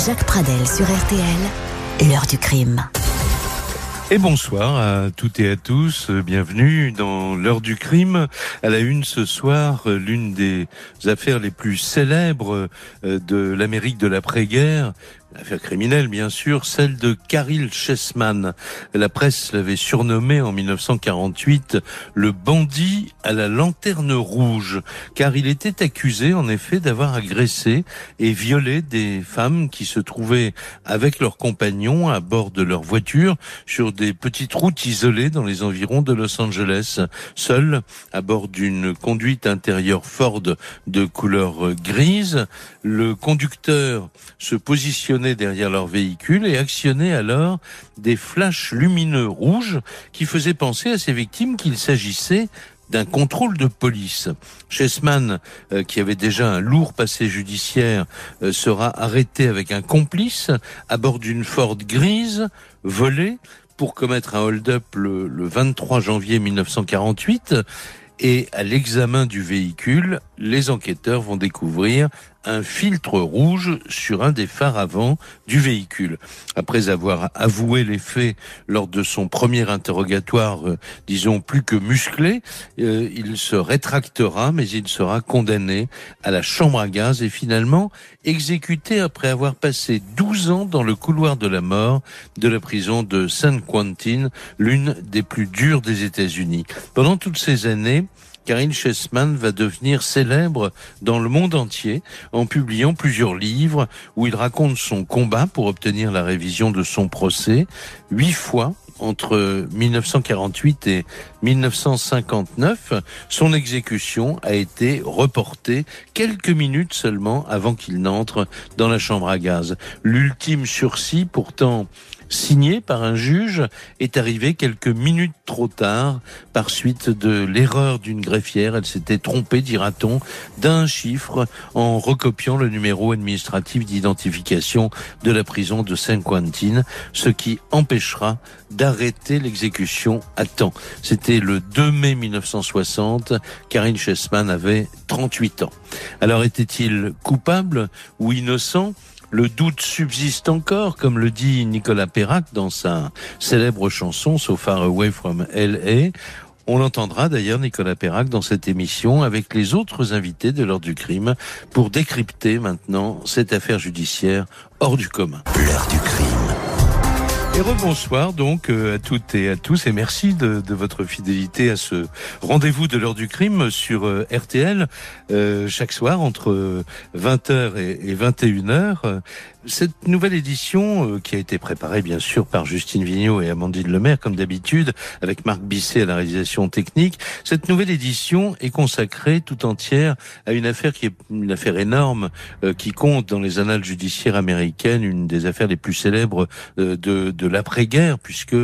Jacques Pradel sur RTL, l'heure du crime. Et bonsoir à toutes et à tous, bienvenue dans l'heure du crime. À la une ce soir, l'une des affaires les plus célèbres de l'Amérique de l'après-guerre. Affaire criminelle, bien sûr, celle de Caryl Chessman. La presse l'avait surnommé en 1948 le bandit à la lanterne rouge, car il était accusé, en effet, d'avoir agressé et violé des femmes qui se trouvaient avec leurs compagnons à bord de leur voiture sur des petites routes isolées dans les environs de Los Angeles, seuls à bord d'une conduite intérieure Ford de couleur grise. Le conducteur se positionnait derrière leur véhicule et actionnait alors des flashs lumineux rouges qui faisaient penser à ses victimes qu'il s'agissait d'un contrôle de police. Chessman, qui avait déjà un lourd passé judiciaire, sera arrêté avec un complice à bord d'une Ford grise volée pour commettre un hold-up le 23 janvier 1948. Et à l'examen du véhicule, les enquêteurs vont découvrir un filtre rouge sur un des phares avant du véhicule. Après avoir avoué les faits lors de son premier interrogatoire, disons plus que musclé, il se rétractera, mais il sera condamné à la chambre à gaz et finalement exécuté après avoir passé 12 ans dans le couloir de la mort de la prison de San Quentin, l'une des plus dures des États-Unis. Pendant toutes ces années, Caryl Chessman va devenir célèbre dans le monde entier en publiant plusieurs livres où il raconte son combat pour obtenir la révision de son procès. 8 fois entre 1948 et 1959, son exécution a été reportée quelques minutes seulement avant qu'il n'entre dans la chambre à gaz. L'ultime sursis, pourtant signé par un juge, est arrivé quelques minutes trop tard par suite de l'erreur d'une greffière. Elle s'était trompée, dira-t-on, d'un chiffre en recopiant le numéro administratif d'identification de la prison de San Quentin, ce qui empêchera d'arrêter l'exécution à temps. C'était le 2 mai 1960. Caryl Chessman avait 38 ans. Alors était-il coupable ou innocent ? Le doute subsiste encore, comme le dit Nicolas Perrac dans sa célèbre chanson So Far Away from L.A. On l'entendra d'ailleurs, Nicolas Perrac, dans cette émission avec les autres invités de l'heure du crime pour décrypter maintenant cette affaire judiciaire hors du commun. L'heure du crime. Et rebonsoir donc à toutes et à tous et merci de votre fidélité à ce rendez-vous de l'heure du crime sur RTL chaque soir entre 20h et 21h. Cette nouvelle édition qui a été préparée bien sûr par Justine Vignot et Amandine Lemaire comme d'habitude avec Marc Bisset à la réalisation technique. Cette nouvelle édition est consacrée tout entière à une affaire qui est une affaire énorme qui compte dans les annales judiciaires américaines, une des affaires les plus célèbres de l'après-guerre puisque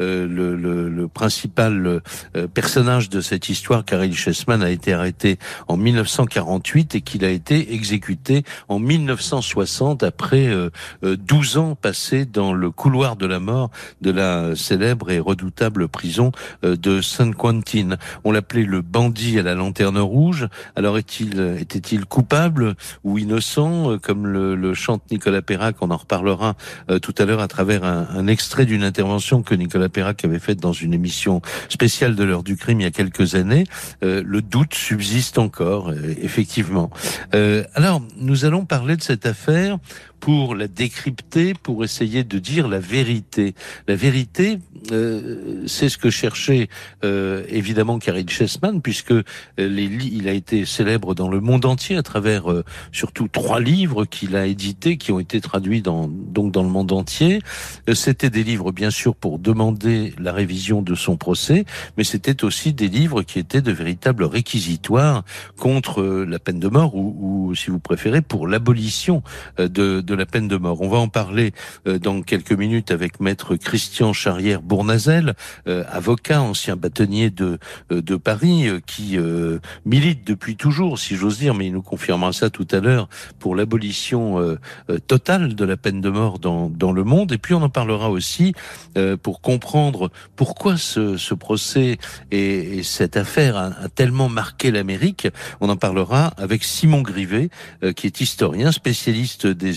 le principal personnage de cette histoire, Caryl Chessman, a été arrêté en 1948 et qu'il a été exécuté en 1960 après 12 ans passés dans le couloir de la mort de la célèbre et redoutable prison de San Quentin. On l'appelait le bandit à la lanterne rouge. Alors était-il coupable ou innocent, comme le chante Nicolas Perrac? On en reparlera tout à l'heure à travers un extrait d'une intervention que Nicolas Perrac avait faite dans une émission spéciale de l'heure du crime il y a quelques années. Le doute subsiste encore, effectivement. Alors, nous allons parler de cette affaire pour la décrypter, pour essayer de dire la vérité. La vérité, c'est ce que cherchait évidemment Caryl Chessman, puisque il a été célèbre dans le monde entier à travers surtout 3 livres qu'il a édités, qui ont été traduits donc dans le monde entier. C'était des livres bien sûr pour demander la révision de son procès, mais c'était aussi des livres qui étaient de véritables réquisitoires contre la peine de mort ou si vous préférez pour l'abolition de la peine de mort. On va en parler dans quelques minutes avec maître Christian Charrière-Bournazel, avocat, ancien bâtonnier de Paris, qui milite depuis toujours, si j'ose dire, mais il nous confirmera ça tout à l'heure, pour l'abolition totale de la peine de mort dans le monde. Et puis on en parlera aussi pour comprendre pourquoi ce procès et cette affaire a tellement marqué l'Amérique. On en parlera avec Simon Grivet, qui est historien, spécialiste des États-Unis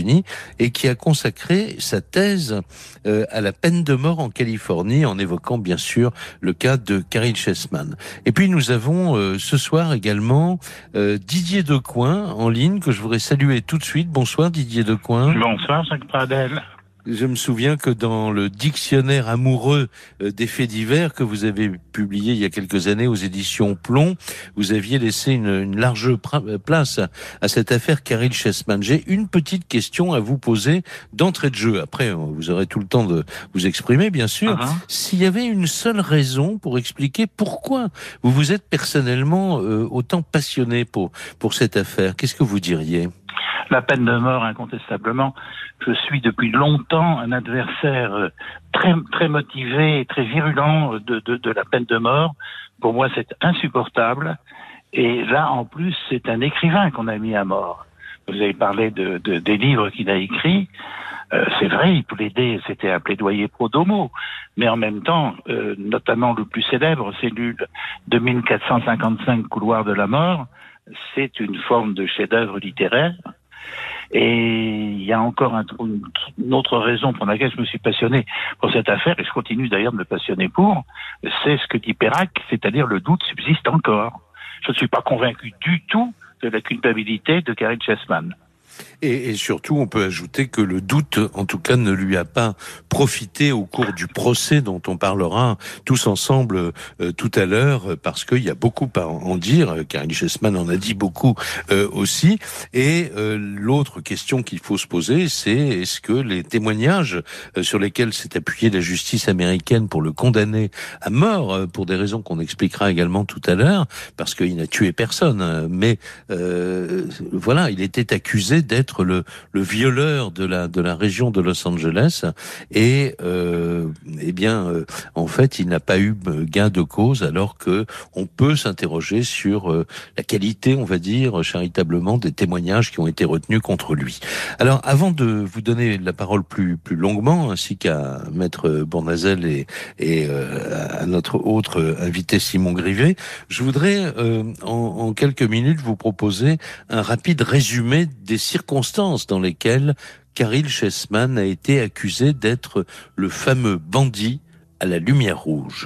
États-Unis et qui a consacré sa thèse à la peine de mort en Californie, en évoquant bien sûr le cas de Caryl Chessman. Et puis nous avons ce soir également Didier Decoing en ligne, que je voudrais saluer tout de suite. Bonsoir Didier Decoing. Bonsoir Jacques Pradel. Je me souviens que dans le dictionnaire amoureux des faits divers que vous avez publié il y a quelques années aux éditions Plomb, vous aviez laissé une large place à cette affaire Caryl Chessman. J'ai une petite question à vous poser d'entrée de jeu. Après, vous aurez tout le temps de vous exprimer, bien sûr. S'il y avait une seule raison pour expliquer pourquoi vous vous êtes personnellement autant passionné pour cette affaire, qu'est-ce que vous diriez ? La peine de mort, incontestablement. Je suis depuis longtemps un adversaire très, très motivé et très virulent de la peine de mort. Pour moi, c'est insupportable. Et là, en plus, c'est un écrivain qu'on a mis à mort. Vous avez parlé des livres qu'il a écrits. C'est vrai, il plaidait, c'était un plaidoyer pro domo. Mais en même temps, notamment le plus célèbre, Cellule 2455, Couloir de la mort, c'est une forme de chef-d'œuvre littéraire. Et il y a encore une autre raison pour laquelle je me suis passionné pour cette affaire, et je continue d'ailleurs de me passionner pour, c'est ce que dit Perrac, c'est-à-dire le doute subsiste encore. Je ne suis pas convaincu du tout de la culpabilité de Caryl Chessman. Et surtout, on peut ajouter que le doute, en tout cas, ne lui a pas profité au cours du procès dont on parlera tous ensemble tout à l'heure, parce qu'il y a beaucoup à en dire. Caryl Chessman en a dit beaucoup aussi. Et l'autre question qu'il faut se poser, c'est est-ce que les témoignages sur lesquels s'est appuyée la justice américaine pour le condamner à mort, pour des raisons qu'on expliquera également tout à l'heure, parce qu'il n'a tué personne, mais voilà, il était accusé d'être le violeur de la région de Los Angeles et en fait il n'a pas eu gain de cause, alors que on peut s'interroger sur la qualité, on va dire charitablement, des témoignages qui ont été retenus contre lui. Alors avant de vous donner la parole plus longuement, ainsi qu'à Maître Bournazel et à notre autre invité Simon Grivet, je voudrais en quelques minutes vous proposer un rapide résumé des circonstances dans lesquelles Caryl Chessman a été accusé d'être le fameux bandit à la lumière rouge.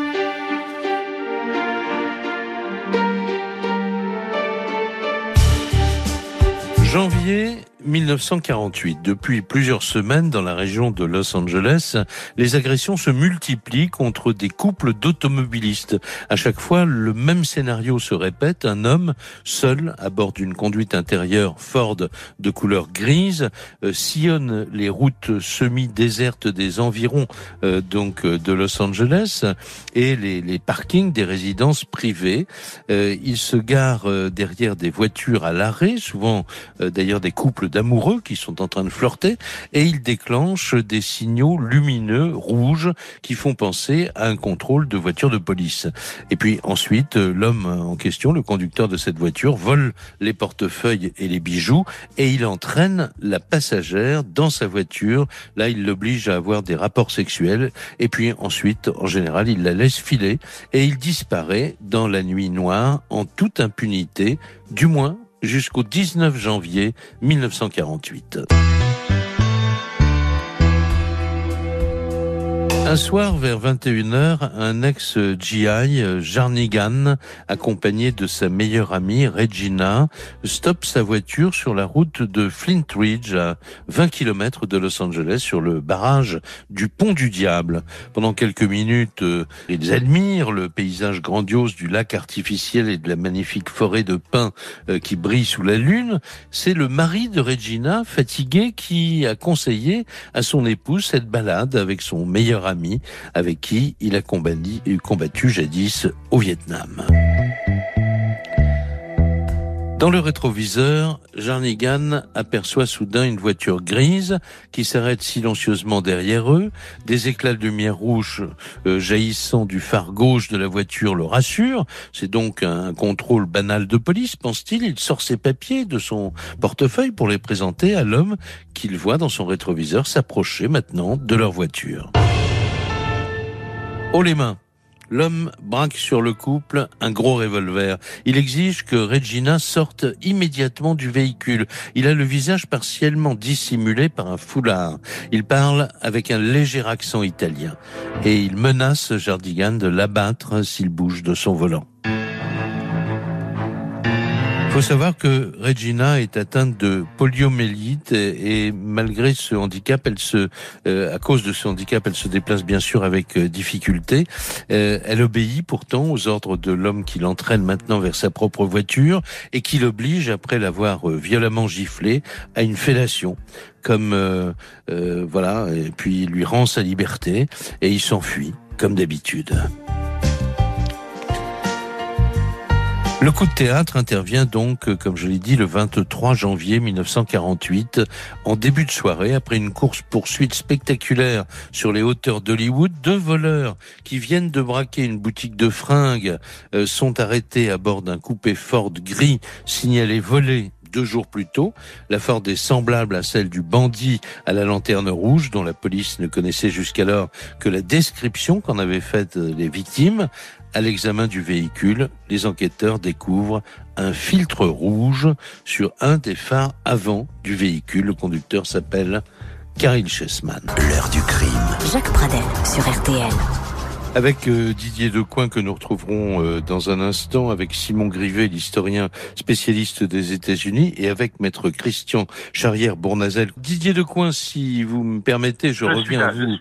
Janvier 1948. Depuis plusieurs semaines, dans la région de Los Angeles, les agressions se multiplient contre des couples d'automobilistes. À chaque fois, le même scénario se répète. Un homme, seul, à bord d'une conduite intérieure Ford de couleur grise, sillonne les routes semi-désertes des environs de Los Angeles et les parkings des résidences privées. Il se gare derrière des voitures à l'arrêt, souvent d'ailleurs des couples d'amoureux qui sont en train de flirter, et il déclenche des signaux lumineux rouges qui font penser à un contrôle de voiture de police. Et puis ensuite, l'homme en question, le conducteur de cette voiture, vole les portefeuilles et les bijoux et il entraîne la passagère dans sa voiture. Là, il l'oblige à avoir des rapports sexuels et puis ensuite, en général, il la laisse filer et il disparaît dans la nuit noire en toute impunité, du moins jusqu'au 19 janvier 1948. Un soir, vers 21h, un ex-GI, Jarnigan, accompagné de sa meilleure amie, Regina, stoppe sa voiture sur la route de Flint Ridge, à 20 km de Los Angeles, sur le barrage du Pont du Diable. Pendant quelques minutes, ils admirent le paysage grandiose du lac artificiel et de la magnifique forêt de pins qui brille sous la lune. C'est le mari de Regina, fatigué, qui a conseillé à son épouse cette balade avec son meilleur ami, avec qui il a combattu jadis au Vietnam. Dans le rétroviseur, Jarnigan aperçoit soudain une voiture grise qui s'arrête silencieusement derrière eux. Des éclats de lumière rouge jaillissant du phare gauche de la voiture le rassurent. C'est donc un contrôle banal de police, pense-t-il. Il sort ses papiers de son portefeuille pour les présenter à l'homme qu'il voit dans son rétroviseur s'approcher maintenant de leur voiture. Haut les mains. L'homme braque sur le couple un gros revolver. Il exige que Regina sorte immédiatement du véhicule. Il a le visage partiellement dissimulé par un foulard. Il parle avec un léger accent italien. Et il menace Jardigan de l'abattre s'il bouge de son volant. Il faut savoir que Regina est atteinte de poliomyélite et malgré ce handicap, à cause de ce handicap, elle se déplace bien sûr avec difficulté. Elle obéit pourtant aux ordres de l'homme qui l'entraîne maintenant vers sa propre voiture et qui l'oblige, après l'avoir violemment giflé, à une fellation. Voilà, et puis il lui rend sa liberté et il s'enfuit comme d'habitude. Le coup de théâtre intervient donc, comme je l'ai dit, le 23 janvier 1948, en début de soirée, après une course-poursuite spectaculaire sur les hauteurs d'Hollywood. 2 voleurs qui viennent de braquer une boutique de fringues sont arrêtés à bord d'un coupé Ford gris signalé volé 2 jours plus tôt. La Ford est semblable à celle du bandit à la lanterne rouge, dont la police ne connaissait jusqu'alors que la description qu'en avaient faite les victimes. À l'examen du véhicule, les enquêteurs découvrent un filtre rouge sur un des phares avant du véhicule. Le conducteur s'appelle Caril Chessman. L'heure du crime. Jacques Pradel sur RTL. Avec Didier Decoing que nous retrouverons dans un instant, avec Simon Grivet, l'historien spécialiste des États-Unis, et avec maître Christian Charrière-Bournazel. Didier Decoing, si vous me permettez, je reviens à vous.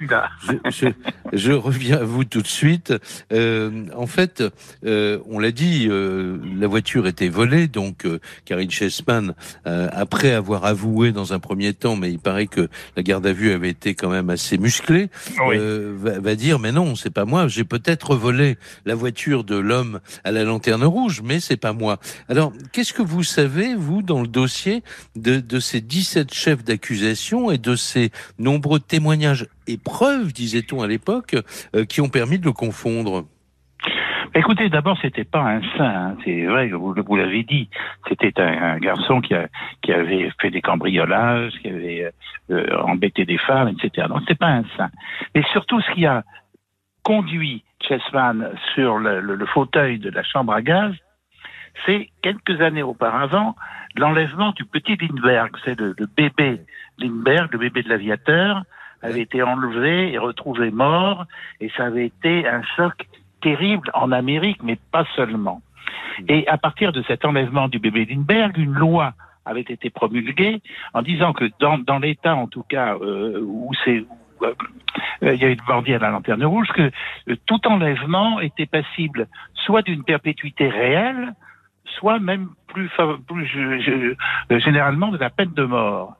Je reviens à vous tout de suite. En fait, on l'a dit, la voiture était volée, donc Caril Chessman, après avoir avoué dans un premier temps, mais il paraît que la garde à vue avait été quand même assez musclée, oui. va dire mais non, c'est pas moi. J'ai peut-être volé la voiture de l'homme à la lanterne rouge, mais c'est pas moi. Alors, qu'est-ce que vous savez, vous, dans le dossier de ces 17 chefs d'accusation et de ces nombreux témoignages et preuves, disait-on à l'époque, qui ont permis de le confondre ? Écoutez, d'abord, c'était pas un saint, hein. C'est vrai, vous l'avez dit. C'était un garçon qui avait fait des cambriolages, qui avait embêté des femmes, etc. Donc, c'était pas un saint. Mais surtout, ce qui a conduit Chessman sur le fauteuil de la chambre à gaz, c'est quelques années auparavant l'enlèvement du petit Lindbergh. C'est le bébé Lindbergh, le bébé de l'aviateur, avait été enlevé et retrouvé mort, et ça avait été un choc terrible en Amérique, mais pas seulement. Et à partir de cet enlèvement du bébé Lindbergh, une loi avait été promulguée en disant que dans l'État, en tout cas, où il y a eu le bandit à la lanterne rouge, que tout enlèvement était passible soit d'une perpétuité réelle, soit même plus généralement de la peine de mort.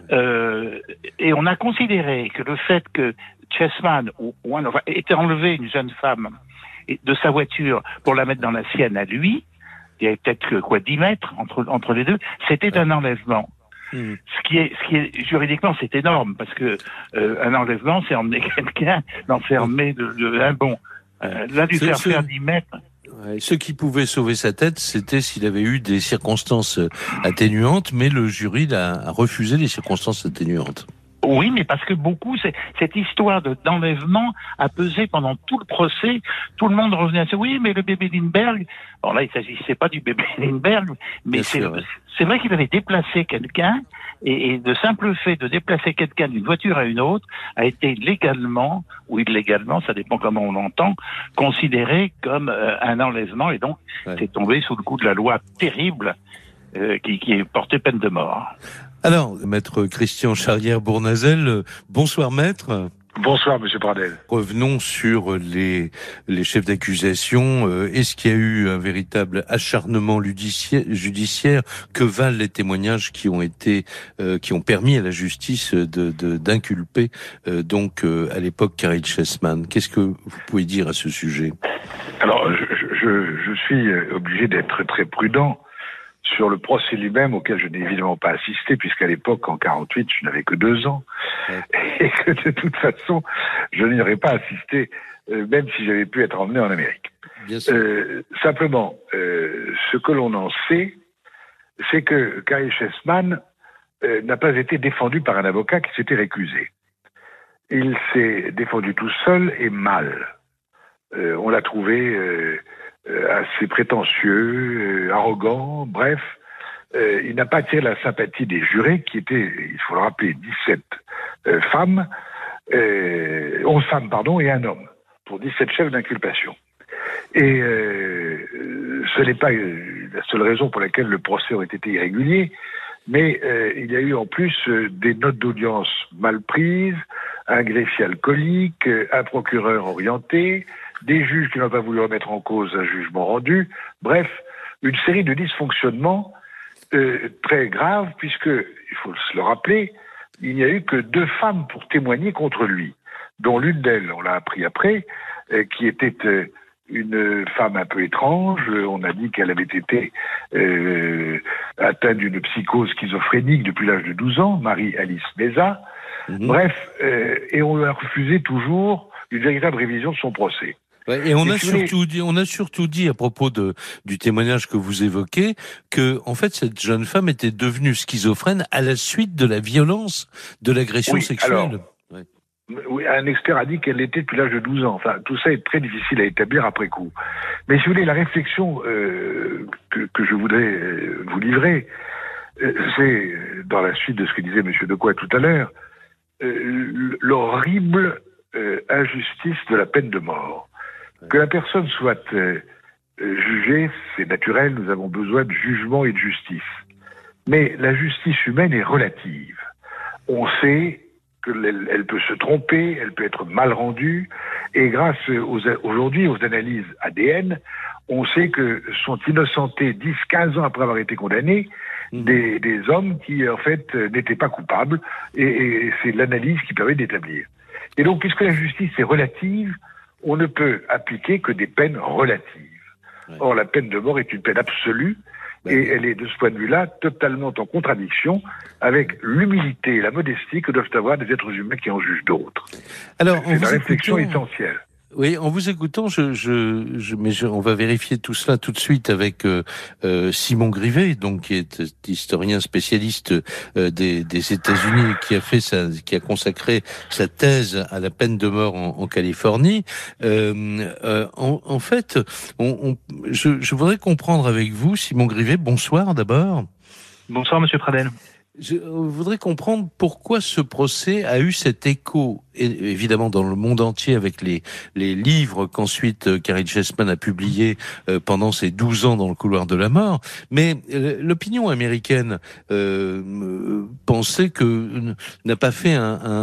Et on a considéré que le fait que Chessman ait enlevé une jeune femme de sa voiture pour la mettre dans la sienne à lui, il y avait peut-être 10 mètres entre les deux, c'était un enlèvement. Ce qui est juridiquement, c'est énorme, parce que un enlèvement, c'est emmener quelqu'un, l'enfermer de un bond. Là, lui faire 10 mètres. Ouais, ce qui pouvait sauver sa tête, c'était s'il avait eu des circonstances atténuantes, mais le jury a refusé les circonstances atténuantes. Oui, mais parce que cette histoire d'enlèvement a pesé pendant tout le procès. Tout le monde revenait à dire, oui, mais le bébé Lindbergh, bon là, il s'agissait pas du bébé Lindbergh, mais c'est vrai qu'il avait déplacé quelqu'un, et de simple fait de déplacer quelqu'un d'une voiture à une autre a été légalement, ou illégalement, ça dépend comment on l'entend, considéré comme un enlèvement, et donc c'est tombé sous le coup de la loi terrible qui est portée peine de mort. Alors, maître Christian Charrière-Bournazel, bonsoir maître. Bonsoir monsieur Pradel. Revenons sur les chefs d'accusation. Est-ce qu'il y a eu un véritable acharnement judiciaire? Que valent les témoignages qui ont permis à la justice d'inculper à l'époque Caril Chessman? Qu'est-ce que vous pouvez dire à ce sujet? Alors, je suis obligé d'être très prudent sur le procès lui-même, auquel je n'ai évidemment pas assisté, puisqu'à l'époque, en 48, je n'avais que 2 ans. Ouais. Et que de toute façon, je n'y aurais pas assisté, même si j'avais pu être emmené en Amérique. Bien sûr. Simplement, ce que l'on en sait, c'est que Caril Chessman n'a pas été défendu par un avocat qui s'était récusé. Il s'est défendu tout seul et mal. On l'a trouvé assez prétentieux, arrogant, bref. Il n'a pas attiré la sympathie des jurés, qui étaient, il faut le rappeler, 17 femmes, 11 femmes, et un homme, pour 17 chefs d'inculpation. Et ce n'est pas la seule raison pour laquelle le procès aurait été irrégulier, mais il y a eu en plus des notes d'audience mal prises, un greffier alcoolique, un procureur orienté, des juges qui n'ont pas voulu remettre en cause un jugement rendu, bref, une série de dysfonctionnements très graves, puisque, il faut se le rappeler, il n'y a eu que 2 femmes pour témoigner contre lui, dont l'une d'elles, on l'a appris après, qui était une femme un peu étrange. On a dit qu'elle avait été atteinte d'une psychose schizophrénique depuis l'âge de 12 ans, Marie-Alice Meza. Bref, et on lui a refusé toujours une véritable révision de son procès. Ouais, et on a surtout dit à propos du témoignage que vous évoquez que, en fait, cette jeune femme était devenue schizophrène à la suite de la violence de l'agression sexuelle. Alors, oui, un expert a dit qu'elle l'était depuis l'âge de 12 ans. Enfin, tout ça est très difficile à établir après coup. Mais si vous voulez, la réflexion que je voudrais vous livrer, c'est, dans la suite de ce que disait M. Decaux tout à l'heure, l'horrible injustice de la peine de mort. Que la personne soit jugée, c'est naturel, nous avons besoin de jugement et de justice. Mais la justice humaine est relative. On sait qu'elle peut se tromper, elle peut être mal rendue, et grâce aujourd'hui aux analyses ADN, on sait que sont innocentés 10-15 ans après avoir été condamnés des hommes qui, en fait, n'étaient pas coupables, et c'est l'analyse qui permet d'établir. Et donc, puisque la justice est relative, on ne peut appliquer que des peines relatives. Ouais. Or, la peine de mort est une peine absolue, et elle est, de ce point de vue-là, totalement en contradiction avec l'humilité et la modestie que doivent avoir des êtres humains qui en jugent d'autres. Alors, c'est la réflexion essentielle. Oui, en vous écoutant, on va vérifier tout cela tout de suite avec Simon Grivet, donc qui est historien spécialiste des États-Unis, qui a consacré sa thèse à la peine de mort en Californie. En fait, je voudrais comprendre avec vous, Simon Grivet. Bonsoir d'abord. Bonsoir, Monsieur Pradel. Je voudrais comprendre pourquoi ce procès a eu cet écho, évidemment dans le monde entier, avec les livres qu'ensuite Carrie Chessman a publiés pendant ses 12 ans dans le couloir de la mort. Mais l'opinion américaine pensait n'a pas fait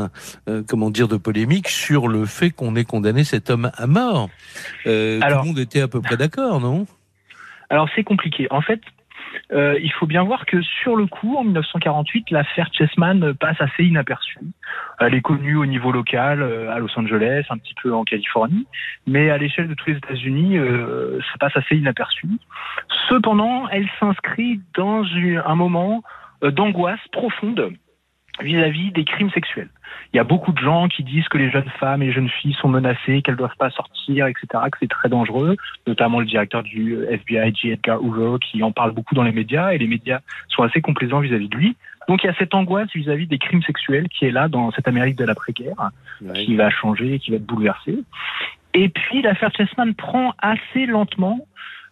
de polémique sur le fait qu'on ait condamné cet homme à mort. Tout le monde était à peu près d'accord, non? Alors c'est compliqué. En fait, il faut bien voir que sur le coup, en 1948, l'affaire Chessman passe assez inaperçue. Elle est connue au niveau local, à Los Angeles, un petit peu en Californie, mais à l'échelle de tous les États-Unis, ça passe assez inaperçu. Cependant, elle s'inscrit dans un moment d'angoisse profonde vis-à-vis des crimes sexuels. Il y a beaucoup de gens qui disent que les jeunes femmes et les jeunes filles sont menacées, qu'elles ne doivent pas sortir, etc., que c'est très dangereux, notamment le directeur du FBI, J. Edgar Hoover, qui en parle beaucoup dans les médias, et les médias sont assez complaisants vis-à-vis de lui. Donc il y a cette angoisse vis-à-vis des crimes sexuels qui est là dans cette Amérique de l'après-guerre, qui va changer, qui va être bouleversée. Et puis l'affaire Chessman prend assez lentement,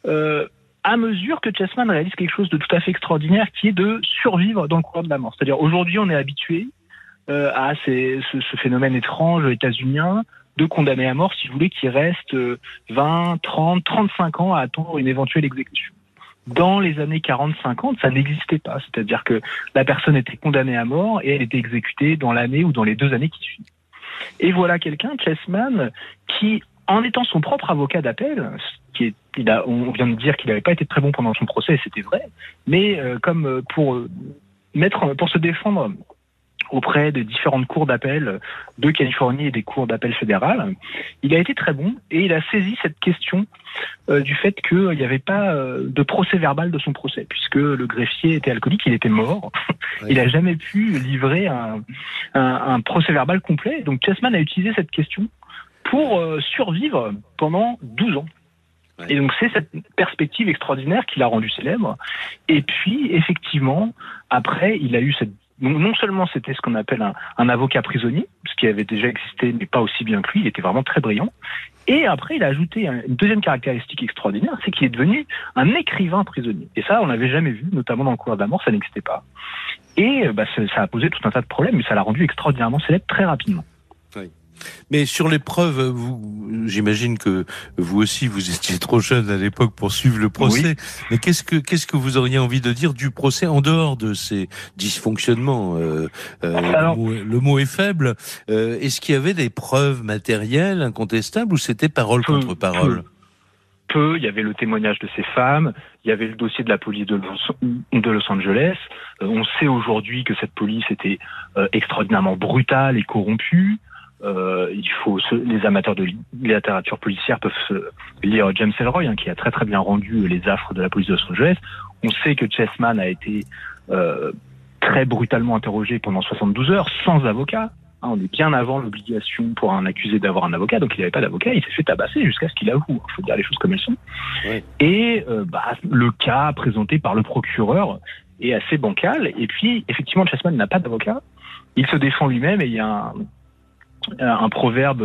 à mesure que Chessman réalise quelque chose de tout à fait extraordinaire, qui est de survivre dans le couloir de la mort. C'est-à-dire, aujourd'hui, on est habitué à ce phénomène étrange états-unien de condamnés à mort, si vous voulez, qui restent 20, 30, 35 ans à attendre une éventuelle exécution. Dans les années 40-50, ça n'existait pas. C'est-à-dire que la personne était condamnée à mort et elle était exécutée dans l'année ou dans les 2 années qui suivent. Et voilà quelqu'un, Chessman, qui, en étant son propre avocat d'appel, on vient de dire qu'il n'avait pas été très bon pendant son procès, et c'était vrai, mais comme pour se défendre auprès des différentes cours d'appel de Californie et des cours d'appel fédérales, il a été très bon et il a saisi cette question du fait qu'il n'y avait pas de procès verbal de son procès, puisque le greffier était alcoolique, il était mort. Il n'a jamais pu livrer un procès verbal complet. Donc Chessman a utilisé cette question pour survivre pendant 12 ans. Et donc c'est cette perspective extraordinaire qui l'a rendu célèbre. Et puis effectivement, après, il a eu cette Donc non seulement c'était ce qu'on appelle un avocat prisonnier, ce qui avait déjà existé mais pas aussi bien que lui, il était vraiment très brillant. Et après, il a ajouté une deuxième caractéristique extraordinaire, c'est qu'il est devenu un écrivain prisonnier. Et ça, on l'avait jamais vu, notamment dans le couloir de la mort, ça n'existait pas. Et ça a posé tout un tas de problèmes, mais ça l'a rendu extraordinairement célèbre très rapidement. Oui. Mais sur les preuves, j'imagine que vous aussi, vous étiez trop jeune à l'époque pour suivre le procès. Oui. Mais qu'est-ce que vous auriez envie de dire du procès en dehors de ces dysfonctionnements le mot est faible. Est-ce qu'il y avait des preuves matérielles incontestables ou c'était parole contre parole? Peu. Il y avait le témoignage de ces femmes. Il y avait le dossier de la police de Los Angeles. On sait aujourd'hui que cette police était extraordinairement brutale et corrompue. Les amateurs de littérature policière peuvent lire James Ellroy, qui a très très bien rendu les affres de la police de Los Angeles. On sait que Chessman a été très brutalement interrogé pendant 72 heures sans avocat. On est bien avant l'obligation pour un accusé d'avoir un avocat, donc il n'avait pas d'avocat, il s'est fait tabasser jusqu'à ce qu'il avoue. Il faut dire les choses comme elles sont. Ouais. Et le cas présenté par le procureur est assez bancal. Et puis, effectivement, Chessman n'a pas d'avocat. Il se défend lui-même et il y a un proverbe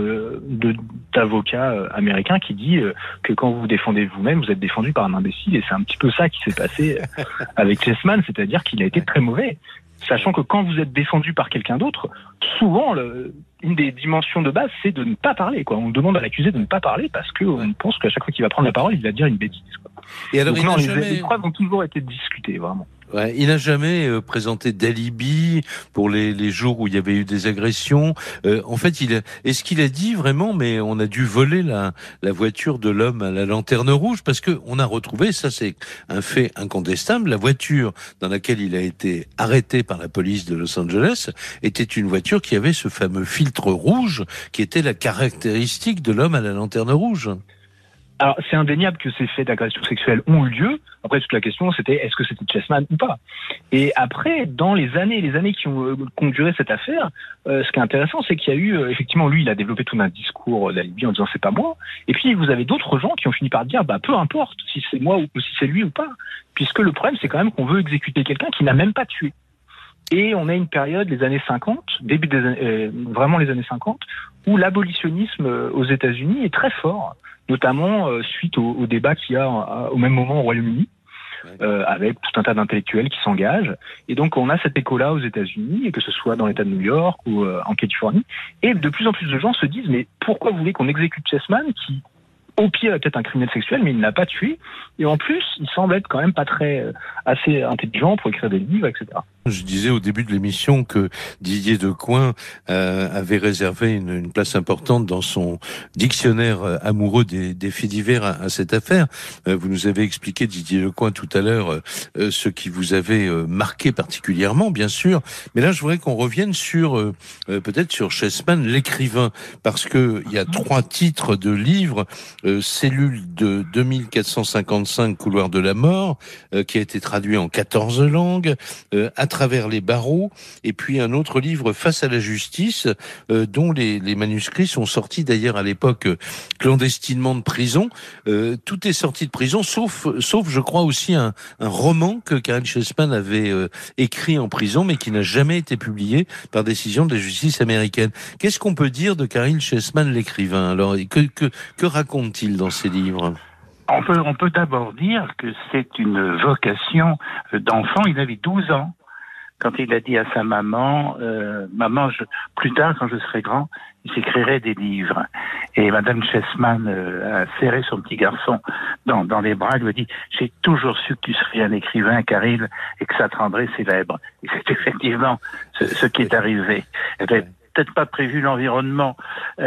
d'avocat américain qui dit que quand vous vous défendez vous-même, vous êtes défendu par un imbécile. Et c'est un petit peu ça qui s'est passé avec Chessman, c'est-à-dire qu'il a été très mauvais. Sachant que quand vous êtes défendu par quelqu'un d'autre, souvent, une des dimensions de base, c'est de ne pas parler, quoi. On demande à l'accusé de ne pas parler parce qu'on pense qu'à chaque fois qu'il va prendre la parole, il va dire une bêtise, quoi. Et alors, donc, les preuves ont toujours été discutées, vraiment. Ouais, il n'a jamais présenté d'alibi pour les jours où il y avait eu des agressions. En fait, est-ce qu'il a dit vraiment, mais on a dû voler la voiture de l'homme à la lanterne rouge, parce que on a retrouvé, ça c'est un fait incontestable, la voiture dans laquelle il a été arrêté par la police de Los Angeles était une voiture qui avait ce fameux filtre rouge qui était la caractéristique de l'homme à la lanterne rouge. Alors, c'est indéniable que ces faits d'agression sexuelle ont eu lieu. Après, toute la question, c'était est-ce que c'était Chessman ou pas? Et après, dans les années qui ont duré cette affaire, ce qui est intéressant, c'est qu'il y a eu, effectivement, lui, il a développé tout un discours d'alibi en disant c'est pas moi. Et puis, vous avez d'autres gens qui ont fini par dire, peu importe si c'est moi ou si c'est lui ou pas. Puisque le problème, c'est quand même qu'on veut exécuter quelqu'un qui n'a même pas tué. Et on a une période, les années 50, vraiment les années 50, où l'abolitionnisme aux États-Unis est très fort, notamment suite au débat qu'il y a au même moment au Royaume-Uni, avec tout un tas d'intellectuels qui s'engagent. Et donc on a cet écho-là aux États-Unis, que ce soit dans l'État de New York ou en Californie. Et de plus en plus de gens se disent, mais pourquoi vous voulez qu'on exécute Chessman, qui au pire est peut-être un criminel sexuel, mais il ne l'a pas tué. Et en plus, il semble être quand même pas assez intelligent pour écrire des livres, etc. Je disais au début de l'émission que Didier Decoing avait réservé une place importante dans son dictionnaire amoureux des faits divers à cette affaire. Vous nous avez expliqué, Didier Decoing, tout à l'heure, ce qui vous avait marqué particulièrement, bien sûr. Mais là, je voudrais qu'on revienne sur peut-être sur Chessman, l'écrivain, parce que il y a 3 titres de livres. Cellule de 2455 couloirs de la mort, qui a été traduit en 14 langues, à travers les barreaux, et puis un autre livre, Face à la justice, dont les manuscrits sont sortis d'ailleurs à l'époque clandestinement de prison. Tout est sorti de prison, sauf je crois aussi un roman que Caryl Chessman avait écrit en prison, mais qui n'a jamais été publié par décision de la justice américaine. Qu'est-ce qu'on peut dire de Caryl Chessman, l'écrivain? Alors, que raconte-t-il dans ses livres? On peut d'abord dire que c'est une vocation d'enfant. Il avait 12 ans quand il a dit à sa maman, maman, plus tard, quand je serai grand, j'écrirai des livres. Et Madame Chessman a serré son petit garçon dans les bras. Elle lui a dit, j'ai toujours su que tu serais un écrivain, Caryl, et que ça te rendrait célèbre. Et c'est effectivement ce qui est arrivé. Elle avait peut-être pas prévu l'environnement,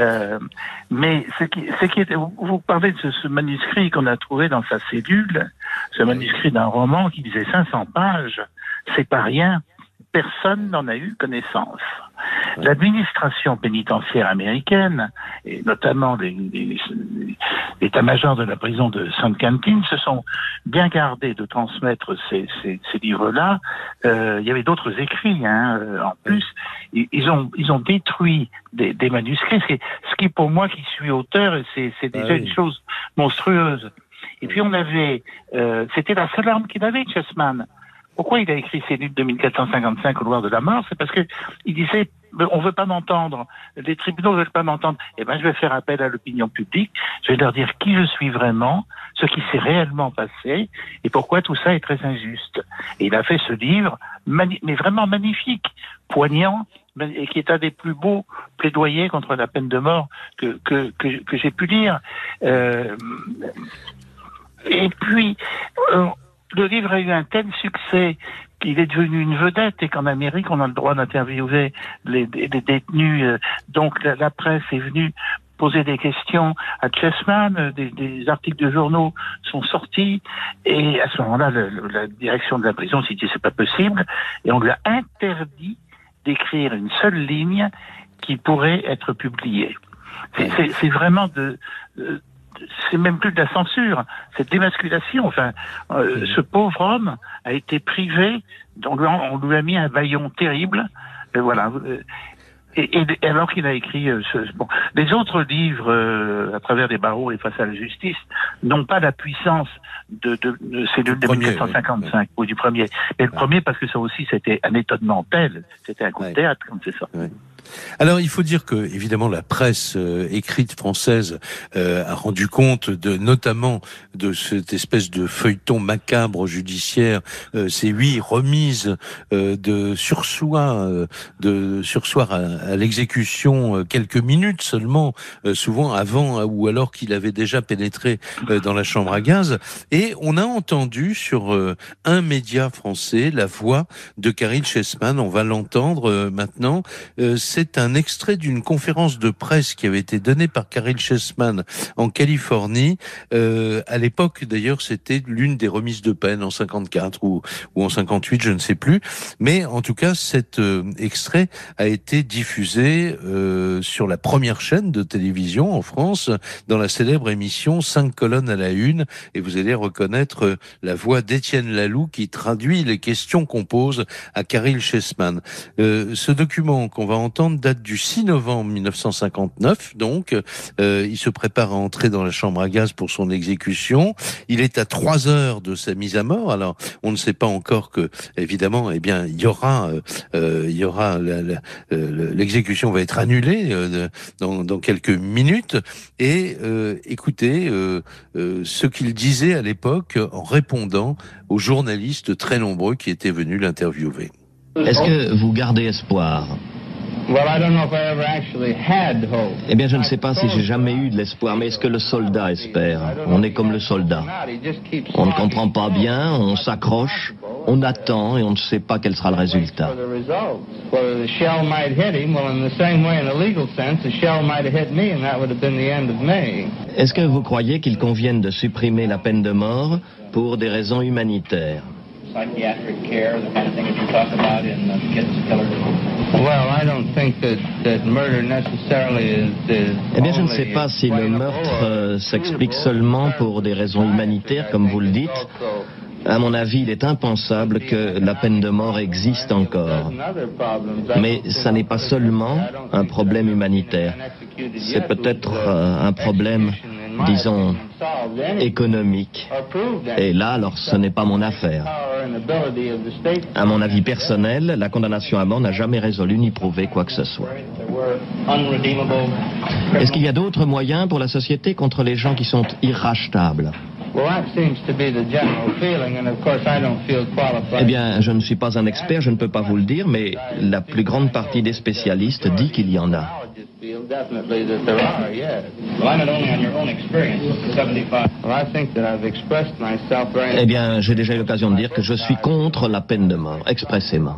mais ce qui est, vous parlez de ce manuscrit qu'on a trouvé dans sa cellule, ce manuscrit d'un roman qui faisait 500 pages, c'est pas rien. Personne n'en a eu connaissance. L'administration pénitentiaire américaine, et notamment l'état-major de la prison de San Quentin, se sont bien gardés de transmettre ces livres-là. Il y avait d'autres écrits, en plus. Ils ont détruit des manuscrits, ce qui, pour moi, qui suis auteur, c'est déjà une chose monstrueuse. Et puis on avait, c'était la seule arme qu'il avait, Chessman. pourquoi il a écrit ces livres de 1455 au noir de la mort? C'est parce que il disait, on veut pas m'entendre, les tribunaux veulent pas m'entendre. Eh ben, je vais faire appel à l'opinion publique, je vais leur dire qui je suis vraiment, ce qui s'est réellement passé, et pourquoi tout ça est très injuste. Et il a fait ce livre, mais vraiment magnifique, poignant, et qui est un des plus beaux plaidoyers contre la peine de mort que j'ai pu lire. Et puis, le livre a eu un tel succès qu'il est devenu une vedette et qu'en Amérique, on a le droit d'interviewer les détenus. Donc, la presse est venue poser des questions à Chessman, des articles de journaux sont sortis, et à ce moment-là, la direction de la prison s'est dit c'est pas possible, et on lui a interdit d'écrire une seule ligne qui pourrait être publiée. C'est vraiment c'est même plus de la censure, c'est démasculation. Enfin, ce pauvre homme a été privé, on lui a mis un bâillon terrible, et voilà. Et alors qu'il a écrit les autres livres à travers les barreaux et face à la justice n'ont pas la puissance de 1455 ou du premier. Mais le premier parce que ça aussi c'était un étonnement tel, c'était un coup de théâtre comme c'est ça. Ouais. Alors, il faut dire que, évidemment, la presse écrite française a rendu compte notamment de cette espèce de feuilleton macabre judiciaire, ces 8 remises de sursoir à l'exécution quelques minutes seulement, souvent avant ou alors qu'il avait déjà pénétré dans la chambre à gaz. Et on a entendu sur un média français la voix de Caril Chessman. On va l'entendre maintenant. C'est un extrait d'une conférence de presse qui avait été donnée par Caril Chessman en Californie. À l'époque, d'ailleurs, c'était l'une des remises de peine en 54 ou en 58, je ne sais plus. Mais en tout cas, cet extrait a été diffusé sur la première chaîne de télévision en France, dans la célèbre émission 5 colonnes à la une. Et vous allez reconnaître la voix d'Étienne Laloux qui traduit les questions qu'on pose à Caril Chessman. Ce document qu'on va entendre date du 6 novembre 1959, donc il se prépare à entrer dans la chambre à gaz pour son exécution. Il est à 3 heures de sa mise à mort. Alors, on ne sait pas encore que, évidemment, il y aura l'exécution va être annulée dans quelques minutes. Et écoutez ce qu'il disait à l'époque en répondant aux journalistes très nombreux qui étaient venus l'interviewer. Est-ce que vous gardez espoir ? Eh bien, je ne sais pas si j'ai jamais eu de l'espoir, mais est-ce que le soldat espère ? On est comme le soldat. On ne comprend pas bien, on s'accroche, on attend et on ne sait pas quel sera le résultat. Est-ce que vous croyez qu'il convienne de supprimer la peine de mort pour des raisons humanitaires ? Eh bien, je ne sais pas si le meurtre s'explique seulement pour des raisons humanitaires, comme vous le dites. À mon avis, il est impensable que la peine de mort existe encore. Mais ça n'est pas seulement un problème humanitaire. C'est peut-être un problème, disons, économique. Et là, alors, ce n'est pas mon affaire. À mon avis personnel, la condamnation à mort n'a jamais résolu ni prouvé quoi que ce soit. Est-ce qu'il y a d'autres moyens pour la société contre les gens qui sont irrachetables ? Eh bien, je ne suis pas un expert, je ne peux pas vous le dire, mais la plus grande partie des spécialistes dit qu'il y en a. Eh bien, j'ai déjà eu l'occasion de dire que je suis contre la peine de mort, expressément.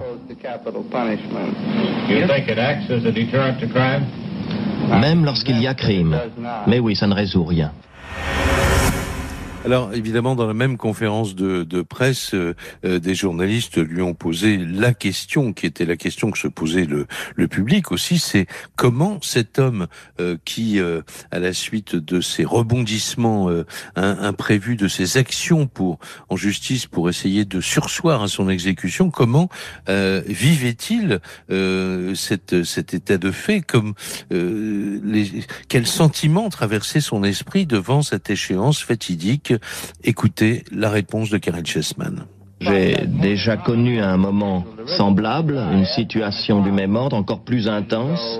Même lorsqu'il y a crime. Mais oui, ça ne résout rien. Alors, évidemment, dans la même conférence de presse, des journalistes lui ont posé la question, qui était la question que se posait le public aussi, c'est comment cet homme qui, à la suite de ses rebondissements imprévus, de ses actions en justice pour essayer de surseoir à son exécution, comment vivait-il cet état de fait, quels sentiments traversaient son esprit devant cette échéance fatidique. Écoutez la réponse de Caril Chessman. J'ai déjà connu un moment semblable, une situation du même ordre, encore plus intense.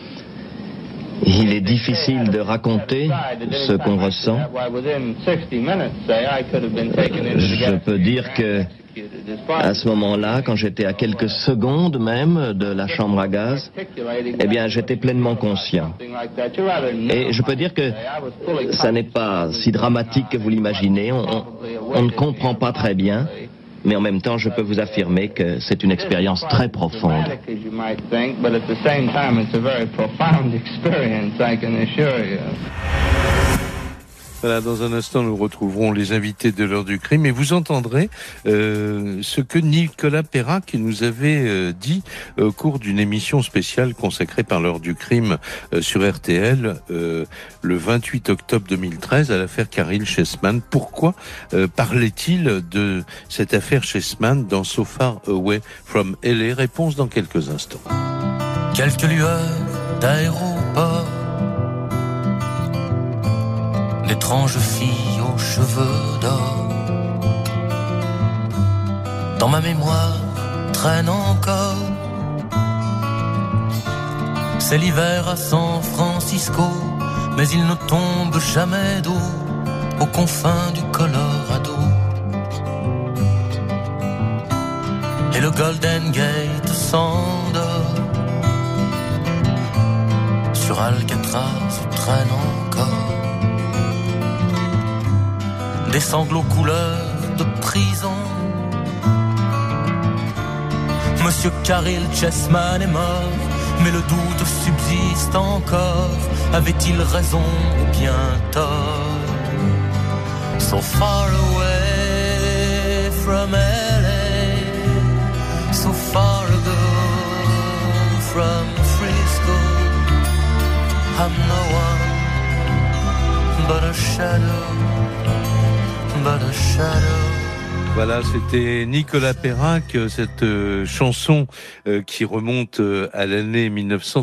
Il est difficile de raconter ce qu'on ressent. Je peux dire que à ce moment-là, quand j'étais à quelques secondes même de la chambre à gaz, eh bien, j'étais pleinement conscient. Et je peux dire que ça n'est pas si dramatique que vous l'imaginez. On ne comprend pas très bien. Mais en même temps, je peux vous affirmer que c'est une expérience très profonde. Voilà, dans un instant, nous retrouverons les invités de l'heure du crime et vous entendrez ce que Nicolas Perrac nous avait dit au cours d'une émission spéciale consacrée par l'heure du crime sur RTL le 28 octobre 2013 à l'affaire Caryl Chessman. Pourquoi parlait-il de cette affaire Chessman dans So Far Away from LA? Réponse dans quelques instants. Quelques lueurs d'aéroport, d'étranges filles aux cheveux d'or. Dans ma mémoire traîne encore. C'est l'hiver à San Francisco, mais il ne tombe jamais d'eau aux confins du Colorado. Et le Golden Gate s'endort. Sur Alcatraz traîne encore des sanglots couleur de prison. Monsieur Caryl Chessman est mort, mais le doute subsiste encore. Avait-il raison ou bien tort? So far away from LA, so far ago from Frisco, I'm no one but a shadow. Voilà, c'était Nicolas Perrac, cette chanson qui remonte à l'année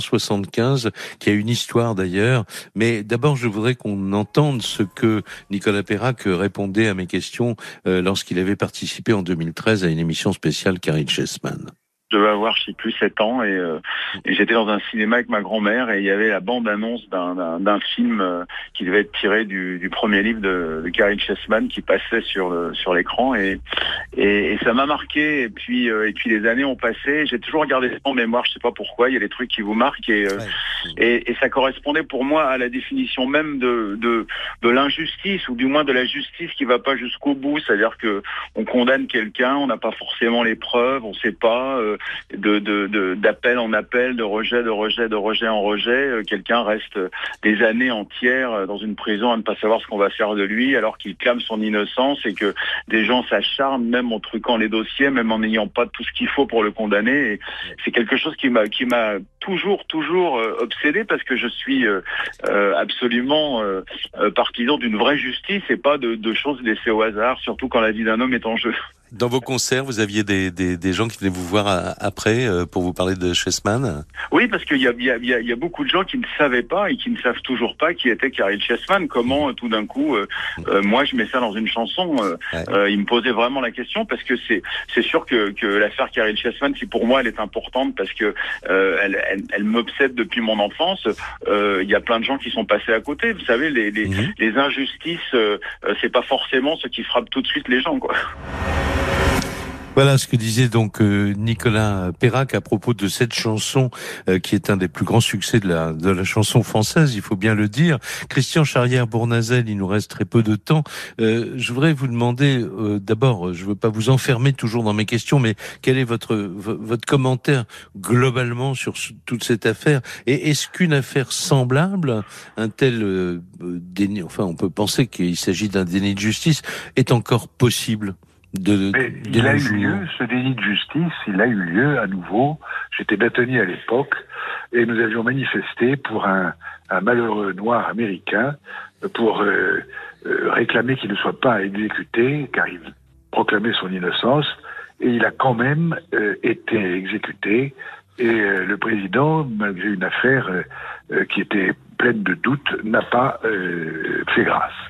1975, qui a une histoire d'ailleurs. Mais d'abord, je voudrais qu'on entende ce que Nicolas Perrac répondait à mes questions lorsqu'il avait participé en 2013 à une émission spéciale Caryl Chessman. Je devais avoir, je sais plus, 7 ans et j'étais dans un cinéma avec ma grand-mère et il y avait la bande-annonce d'un film qui devait être tiré du premier livre de Caryl Chessman qui passait sur l'écran et ça m'a marqué et puis les années ont passé. J'ai toujours gardé ça en mémoire, je sais pas pourquoi, il y a des trucs qui vous marquent et ça correspondait pour moi à la définition même de l'injustice ou du moins de la justice qui va pas jusqu'au bout, c'est-à-dire que on condamne quelqu'un, on n'a pas forcément les preuves, on sait pas. D'appel en appel, de rejet en rejet, quelqu'un reste des années entières dans une prison à ne pas savoir ce qu'on va faire de lui alors qu'il clame son innocence et que des gens s'acharnent même en truquant les dossiers, même en n'ayant pas tout ce qu'il faut pour le condamner. Et c'est quelque chose qui m'a toujours obsédé parce que je suis absolument partisan d'une vraie justice et pas de choses laissées au hasard, surtout quand la vie d'un homme est en jeu. Dans vos concerts, vous aviez des gens qui venaient vous voir après pour vous parler de Chessman? Oui, parce qu'il y a beaucoup de gens qui ne savaient pas et qui ne savent toujours pas qui était Caryl Chessman. Comment tout d'un coup, moi je mets ça dans une chanson. Il me posait vraiment la question parce que c'est sûr que l'affaire Caryl Chessman, si pour moi elle est importante parce que elle m'obsède depuis mon enfance. Il y a plein de gens qui sont passés à côté. Vous savez, les injustices, c'est pas forcément ce qui frappe tout de suite les gens, quoi. Voilà ce que disait donc Nicolas Perrac à propos de cette chanson qui est un des plus grands succès de la chanson française, il faut bien le dire. Christian Charrière-Bournazel, il nous reste très peu de temps. Je voudrais vous demander, d'abord, je veux pas vous enfermer toujours dans mes questions, mais quel est votre commentaire globalement sur toute cette affaire? Et est-ce qu'une affaire semblable, un tel déni, enfin on peut penser qu'il s'agit d'un déni de justice, est encore possible? Il a eu lieu, ce déni de justice, il a eu lieu à nouveau. J'étais bâtonnier à l'époque et nous avions manifesté pour un malheureux noir américain pour réclamer qu'il ne soit pas exécuté car il proclamait son innocence et il a quand même été exécuté et le président, malgré une affaire qui était pleine de doutes, n'a pas fait grâce.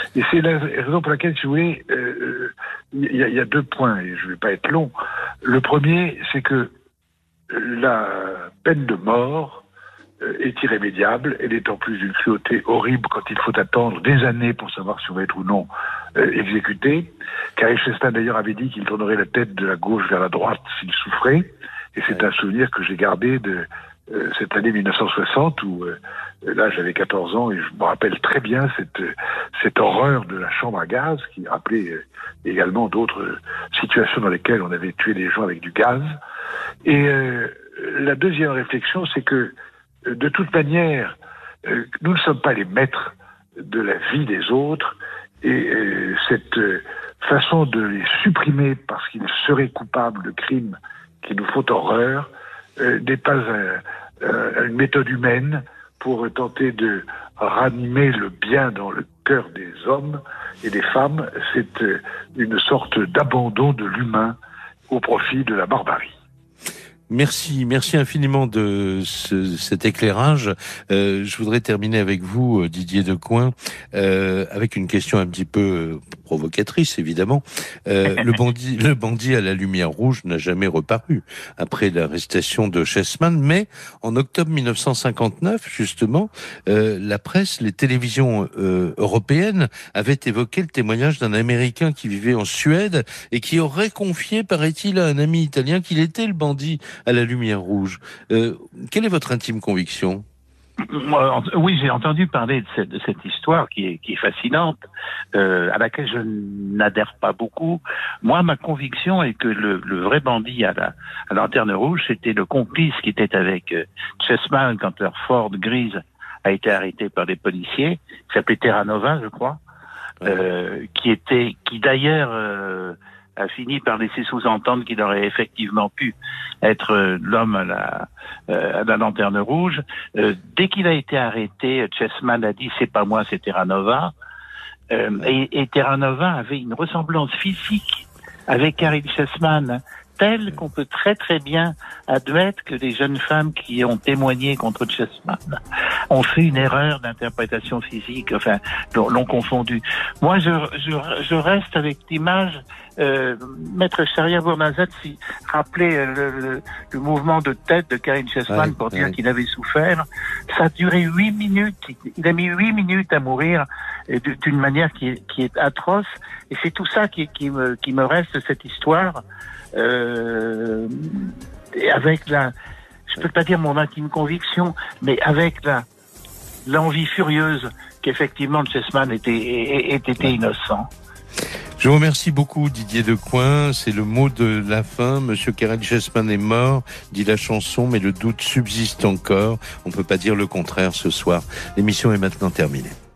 Et c'est la raison pour laquelle, si vous voulez, il y a 2 points, et je ne vais pas être long. Le premier, c'est que la peine de mort est irrémédiable. Elle est en plus d'une cruauté horrible quand il faut attendre des années pour savoir si on va être ou non exécuté. Cary Chessman d'ailleurs avait dit qu'il tournerait la tête de la gauche vers la droite s'il souffrait. Et c'est un souvenir que j'ai gardé de cette année 1960 où là j'avais 14 ans et je me rappelle très bien cette horreur de la chambre à gaz qui rappelait également d'autres situations dans lesquelles on avait tué des gens avec du gaz. Et la deuxième réflexion, c'est que de toute manière, nous ne sommes pas les maîtres de la vie des autres et cette façon de les supprimer parce qu'ils seraient coupables de crimes qui nous font horreur n'est pas une méthode humaine pour tenter de ranimer le bien dans le cœur des hommes et des femmes. C'est une sorte d'abandon de l'humain au profit de la barbarie. Merci infiniment de cet éclairage. Je voudrais terminer avec vous, Didier Decoing, avec une question un petit peu provocatrice, évidemment. Le bandit à la lumière rouge n'a jamais reparu après l'arrestation de Chessman, mais en octobre 1959, justement, la presse, les télévisions européennes avaient évoqué le témoignage d'un Américain qui vivait en Suède et qui aurait confié, paraît-il, à un ami italien qu'il était le bandit à la lumière rouge. Quelle est votre intime conviction ? Oui, j'ai entendu parler de cette histoire qui est fascinante, à laquelle je n'adhère pas beaucoup. Moi, ma conviction est que le vrai bandit à la lanterne rouge, c'était le complice qui était avec Chessman quand leur Ford grise a été arrêté par des policiers, qui s'appelait Terranova, je crois, qui d'ailleurs a fini par laisser sous-entendre qu'il aurait effectivement pu être l'homme à la lanterne rouge. Dès qu'il a été arrêté, Chessman a dit « c'est pas moi, c'est Terranova ». Et Terranova avait une ressemblance physique avec Cary Chessman, telle qu'on peut très très bien admettre que les jeunes femmes qui ont témoigné contre Chessman ont fait une erreur d'interprétation physique, enfin, l'ont confondu. Moi, je reste avec l'image. Maître Charia-Bournazet rappelait le mouvement de tête de Cary Chessman pour dire qu'il avait souffert. Ça a duré 8 minutes. Il a mis 8 minutes à mourir d'une manière qui est atroce. Et c'est tout ça qui me reste de cette histoire. Et avec je peux pas dire mon intime conviction, mais avec l'envie furieuse qu'effectivement Chessman était innocent. Je vous remercie beaucoup, Didier Decoing. C'est le mot de la fin. Monsieur Cary Chessman est mort, dit la chanson, mais le doute subsiste encore. On peut pas dire le contraire ce soir. L'émission est maintenant terminée.